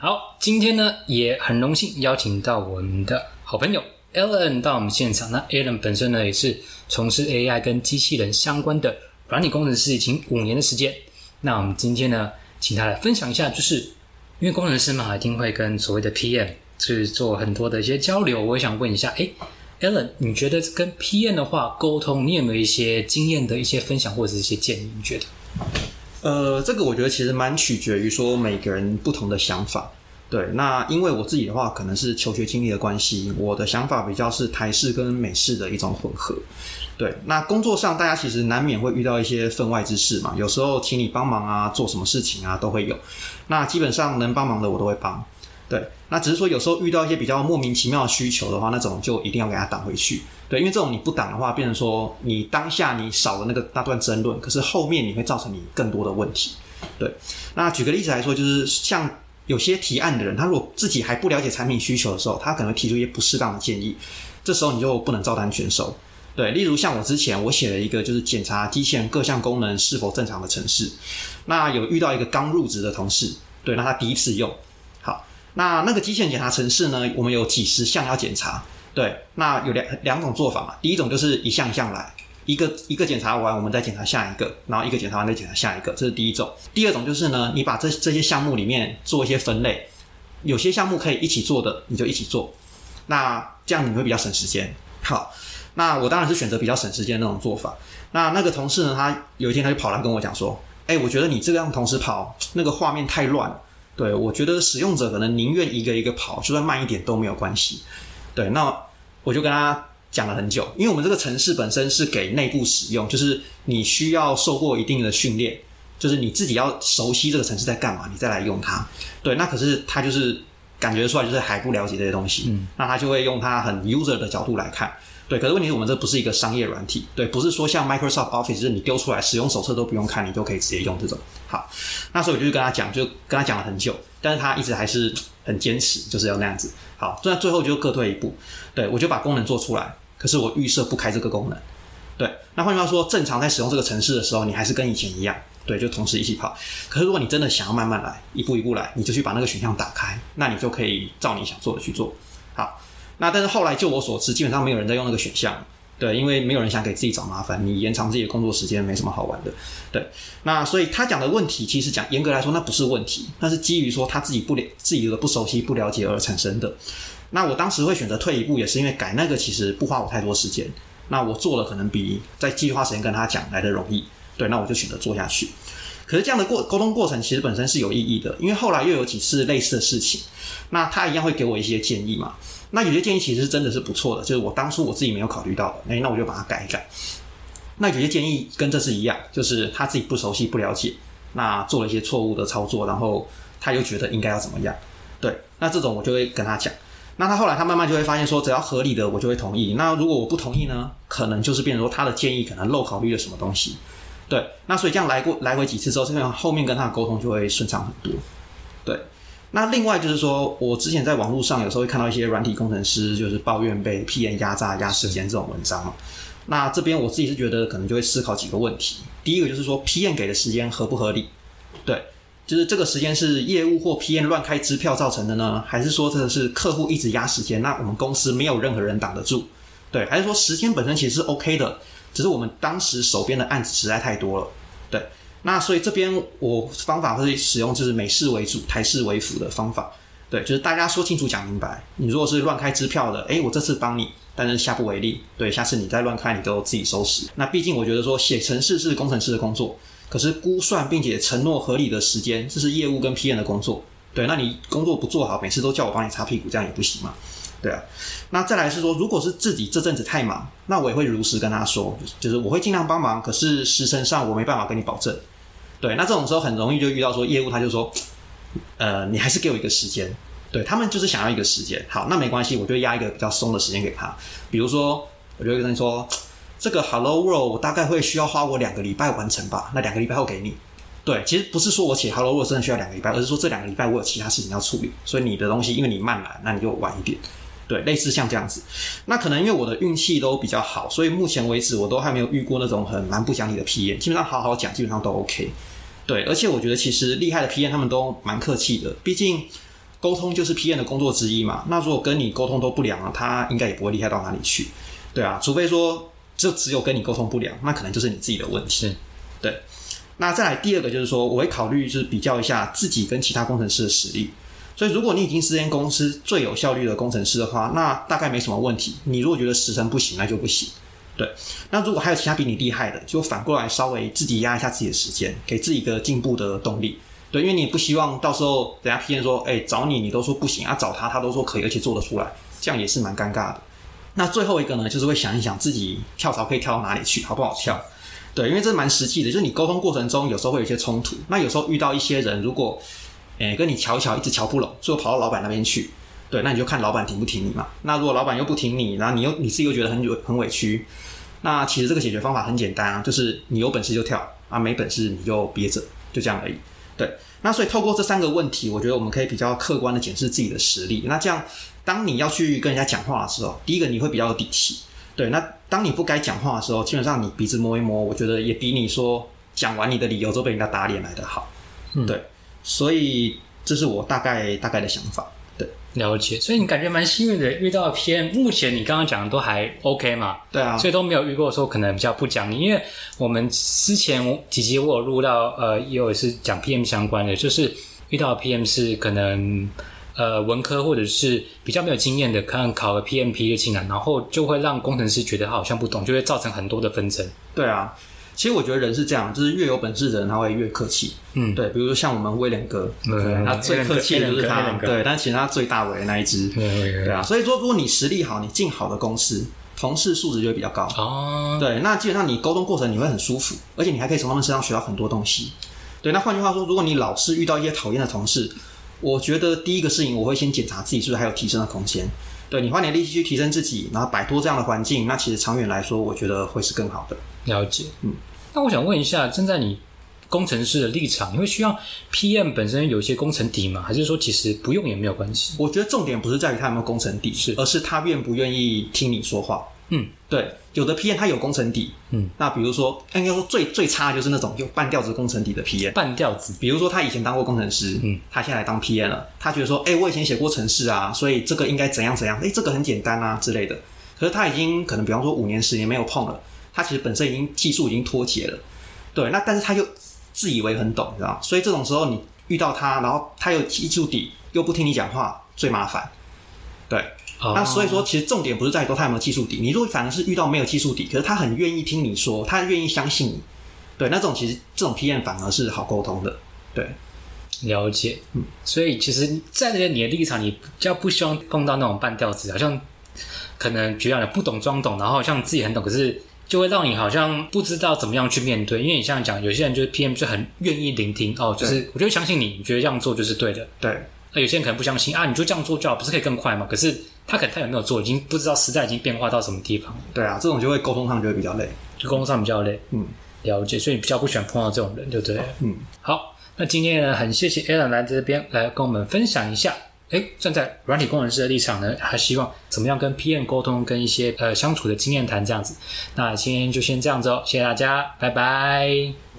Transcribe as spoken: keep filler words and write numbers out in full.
好，今天呢也很荣幸邀请到我们的好朋友 Alan 到我们现场。那 Alan 本身呢也是从事 A I 跟机器人相关的软体工程师，已经五年的时间。那我们今天呢请他来分享一下，就是因为工程师嘛一定会跟所谓的 P M 去做很多的一些交流。我也想问一下，诶 Alan 你觉得跟 P M 的话沟通，你有没有一些经验的一些分享或者是一些建议？你觉得？ 呃，这个我觉得其实蛮取决于说每个人不同的想法。对，那因为我自己的话，可能是求学经历的关系，我的想法比较是台式跟美式的一种混合。对，那工作上大家其实难免会遇到一些分外之事嘛，有时候请你帮忙啊，做什么事情啊都会有。那基本上能帮忙的我都会帮。对，那只是说有时候遇到一些比较莫名其妙的需求的话，那种就一定要给他挡回去。对，因为这种你不挡的话，变成说你当下你少了那个那段争论，可是后面你会造成你更多的问题。对，那举个例子来说，就是像有些提案的人，他如果自己还不了解产品需求的时候，他可能会提出一些不适当的建议，这时候你就不能照单全收。对，例如像我之前我写了一个就是检查机器人各项功能是否正常的程式，那有遇到一个刚入职的同事，对，那他第一次用，好，那那个机器人检查程式呢，我们有几十项要检查，对，那有两两种做法嘛，第一种就是一项一项来，一个一个检查完，我们再检查下一个，然后一个检查完再检查下一个，这是第一种。第二种就是呢，你把这这些项目里面做一些分类，有些项目可以一起做的，你就一起做，那这样你会比较省时间。好，那我当然是选择比较省时间的那种做法。那那个同事呢，他有一天他就跑来跟我讲说，哎，我觉得你这样同时跑，那个画面太乱了。对，我觉得使用者可能宁愿一个一个跑，就算慢一点都没有关系。对，那我就跟他讲了很久，因为我们这个程式本身是给内部使用，就是你需要受过一定的训练，就是你自己要熟悉这个程式在干嘛，你再来用它。对，那可是他就是感觉出来就是还不了解这些东西，嗯，那他就会用他很 user 的角度来看。对，可是问题是我们这不是一个商业软体，对，不是说像 Microsoft Office 就是你丢出来使用手册都不用看，你就可以直接用这种。好，那所以我就跟他讲，就跟他讲了很久，但是他一直还是很坚持，就是要那样子。好，那最后就各退一步，对，我就把功能做出来，可是我预设不开这个功能。对，那换句话说，正常在使用这个程式的时候，你还是跟以前一样，对，就同时一起跑。可是如果你真的想要慢慢来，一步一步来，你就去把那个选项打开，那你就可以照你想做的去做。好，那但是后来就我所知，基本上没有人在用那个选项，对，因为没有人想给自己找麻烦，你延长自己的工作时间没什么好玩的。对，那所以他讲的问题，其实讲严格来说那不是问题，那是基于说他自己不了自己的不熟悉不了解而产生的。那我当时会选择退一步，也是因为改那个其实不花我太多时间，那我做了可能比在继续花时间跟他讲来的容易，对，那我就选择做下去。可是这样的过沟通过程其实本身是有意义的，因为后来又有几次类似的事情，那他一样会给我一些建议嘛。那有些建议其实真的是不错的，就是我当初我自己没有考虑到的，那我就把它改一改。那有些建议跟这次一样，就是他自己不熟悉不了解，那做了一些错误的操作，然后他又觉得应该要怎么样，对，那这种我就会跟他讲。那他后来他慢慢就会发现说，只要合理的我就会同意，那如果我不同意呢，可能就是变成说他的建议可能漏考虑了什么东西。对，那所以这样来过来回几次之后，这样后面跟他的沟通就会顺畅很多。对，那另外就是说，我之前在网络上有时候会看到一些软体工程师就是抱怨被 P M 压榨压时间这种文章嘛。那这边我自己是觉得可能就会思考几个问题。第一个就是说 P M 给的时间合不合理？对，就是这个时间是业务或 P M 乱开支票造成的呢，还是说这是客户一直压时间，那我们公司没有任何人挡得住？对，还是说时间本身其实是 OK 的，只是我们当时手边的案子实在太多了。对，那所以这边我方法会使用就是美式为主台式为辅的方法。对，就是大家说清楚讲明白，你如果是乱开支票的，诶我这次帮你，但是下不为例，对，下次你再乱开你都自己收拾。那毕竟我觉得说写程式是工程师的工作，可是估算并且承诺合理的时间，这是业务跟 P M 的工作。对，那你工作不做好，每次都叫我帮你擦屁股，这样也不行嘛。对啊，那再来是说，如果是自己这阵子太忙，那我也会如实跟他说，就是我会尽量帮忙，可是时程上我没办法跟你保证。对，那这种时候很容易就遇到说业务他就说，呃，你还是给我一个时间。对，他们就是想要一个时间。好，那没关系，我就压一个比较松的时间给他。比如说，我就会跟他说，这个 Hello World 我大概会需要花我两个礼拜完成吧，那两个礼拜后给你。对，其实不是说我写 Hello World 真的需要两个礼拜，而是说这两个礼拜我有其他事情要处理，所以你的东西因为你慢来，那你就晚一点。对，类似像这样子。那可能因为我的运气都比较好，所以目前为止我都还没有遇过那种很蛮不讲理的 P M， 基本上好好讲基本上都 OK。对，而且我觉得其实厉害的 P M 他们都蛮客气的，毕竟沟通就是 P M 的工作之一嘛。那如果跟你沟通都不良啊，他应该也不会厉害到哪里去，对啊，除非说就只有跟你沟通不良，那可能就是你自己的问题。对。那再来第二个就是说，我会考虑就是比较一下自己跟其他工程师的实力。所以如果你已经是这间公司最有效率的工程师的话，那大概没什么问题。你如果觉得时程不行，那就不行。对，那如果还有其他比你厉害的，就反过来稍微自己压一下自己的时间，给自己一个进步的动力。对，因为你不希望到时候人家 P M 说，哎、欸，找你你都说不行啊，找他他都说可以，而且做得出来，这样也是蛮尴尬的。那最后一个呢，就是会想一想自己跳槽可以跳到哪里去，好不好跳？对，因为这蛮实际的，就是你沟通过程中有时候会有一些冲突，那有时候遇到一些人，如果诶跟你瞧一瞧，一直瞧不拢，最后跑到老板那边去，对，那你就看老板挺不挺你嘛。那如果老板又不挺你，然后你又你自己又觉得很很委屈，那其实这个解决方法很简单啊，就是你有本事就跳啊，没本事你就憋着，就这样而已。对，那所以透过这三个问题，我觉得我们可以比较客观的检视自己的实力。那这样，当你要去跟人家讲话的时候，第一个你会比较有底气。对，那当你不该讲话的时候，基本上你鼻子摸一摸，我觉得也比你说讲完你的理由之后被人家打脸来的好。嗯，对，所以这是我大概大概的想法。对， 了解。所以你感觉蛮幸运的，遇到的 P M， 目前你刚刚讲的都还 OK 嘛？ 对啊， 所以都没有遇过说可能比较不讲理。因为我们之前几集我有录到，呃，也有是讲 P M 相关的，就是遇到的 P M 是可能。呃，文科或者是比较没有经验的，可能考个 P M P 就进来，然后就会让工程师觉得他好像不懂，就会造成很多的纷争。 对啊，其实我觉得人是这样，就是越有本事的人他会越客气。嗯，对，比如说像我们威廉哥，嗯、他最客气的就是他，对，但其实他最大尾的那一只，对啊。所以说，如果你实力好，你进好的公司，同事素质就会比较高。哦，对，那基本上你沟通过程你会很舒服，而且你还可以从他们身上学到很多东西。对，那换句话说，如果你老是遇到一些讨厌的同事，我觉得第一个事情我会先检查自己是不是还有提升的空间。对，你花点力气去提升自己，然后摆脱这样的环境，那其实长远来说我觉得会是更好的。 了解。嗯，那我想问一下，站在你工程师的立场，你会需要 P M 本身有一些工程底吗？还是说其实不用也没有关系？ 我觉得重点不是在于他有没有工程底，是而是他愿不愿意听你说话。嗯，对，有的 P M 他有工程底，嗯，那比如说应该说最最差的就是那种有半吊子工程底的 P M。 半吊子， 比如说他以前当过工程师，嗯，他现在来当 P M 了，他觉得说，哎、欸，我以前写过程式啊，所以这个应该怎样怎样，哎、欸，这个很简单啊之类的。可是他已经可能比方说五年十年没有碰了，他其实本身已经技术已经脱节了，对，那但是他又自以为很懂，你知道吗？所以这种时候你遇到他，然后他有技术底又不听你讲话，最麻烦，对。那所以说其实重点不是在于说他有没有技术底，你如果反而是遇到没有技术底，可是他很愿意听你说，他愿意相信你，对，那种其实这种 P M 反而是好沟通的。对， 了解。嗯，所以其实在你的立场，你比较不希望碰到那种半吊子，好像可能觉得你不懂装懂，然后好像自己很懂，可是就会让你好像不知道怎么样去面对。因为你像讲有些人就是 P M 就很愿意聆听，哦，就是我就会相信你，你觉得这样做就是对的。 对， 那有些人可能不相信啊，你就这样做就好，不是可以更快吗？可是他可能他有没有做，已经不知道时代已经变化到什么地方。 对啊，这种就会沟通上就会比较累， 就沟通上比较累。嗯，了解，所以你比较不喜欢碰到这种人，对不对？嗯，好，那今天呢，很谢谢 Alan 来这边来跟我们分享一下，哎，站在软体工程师的立场呢，还希望怎么样跟 P M 沟通，跟一些呃相处的经验谈这样子。那今天就先这样子哦，谢谢大家，拜拜。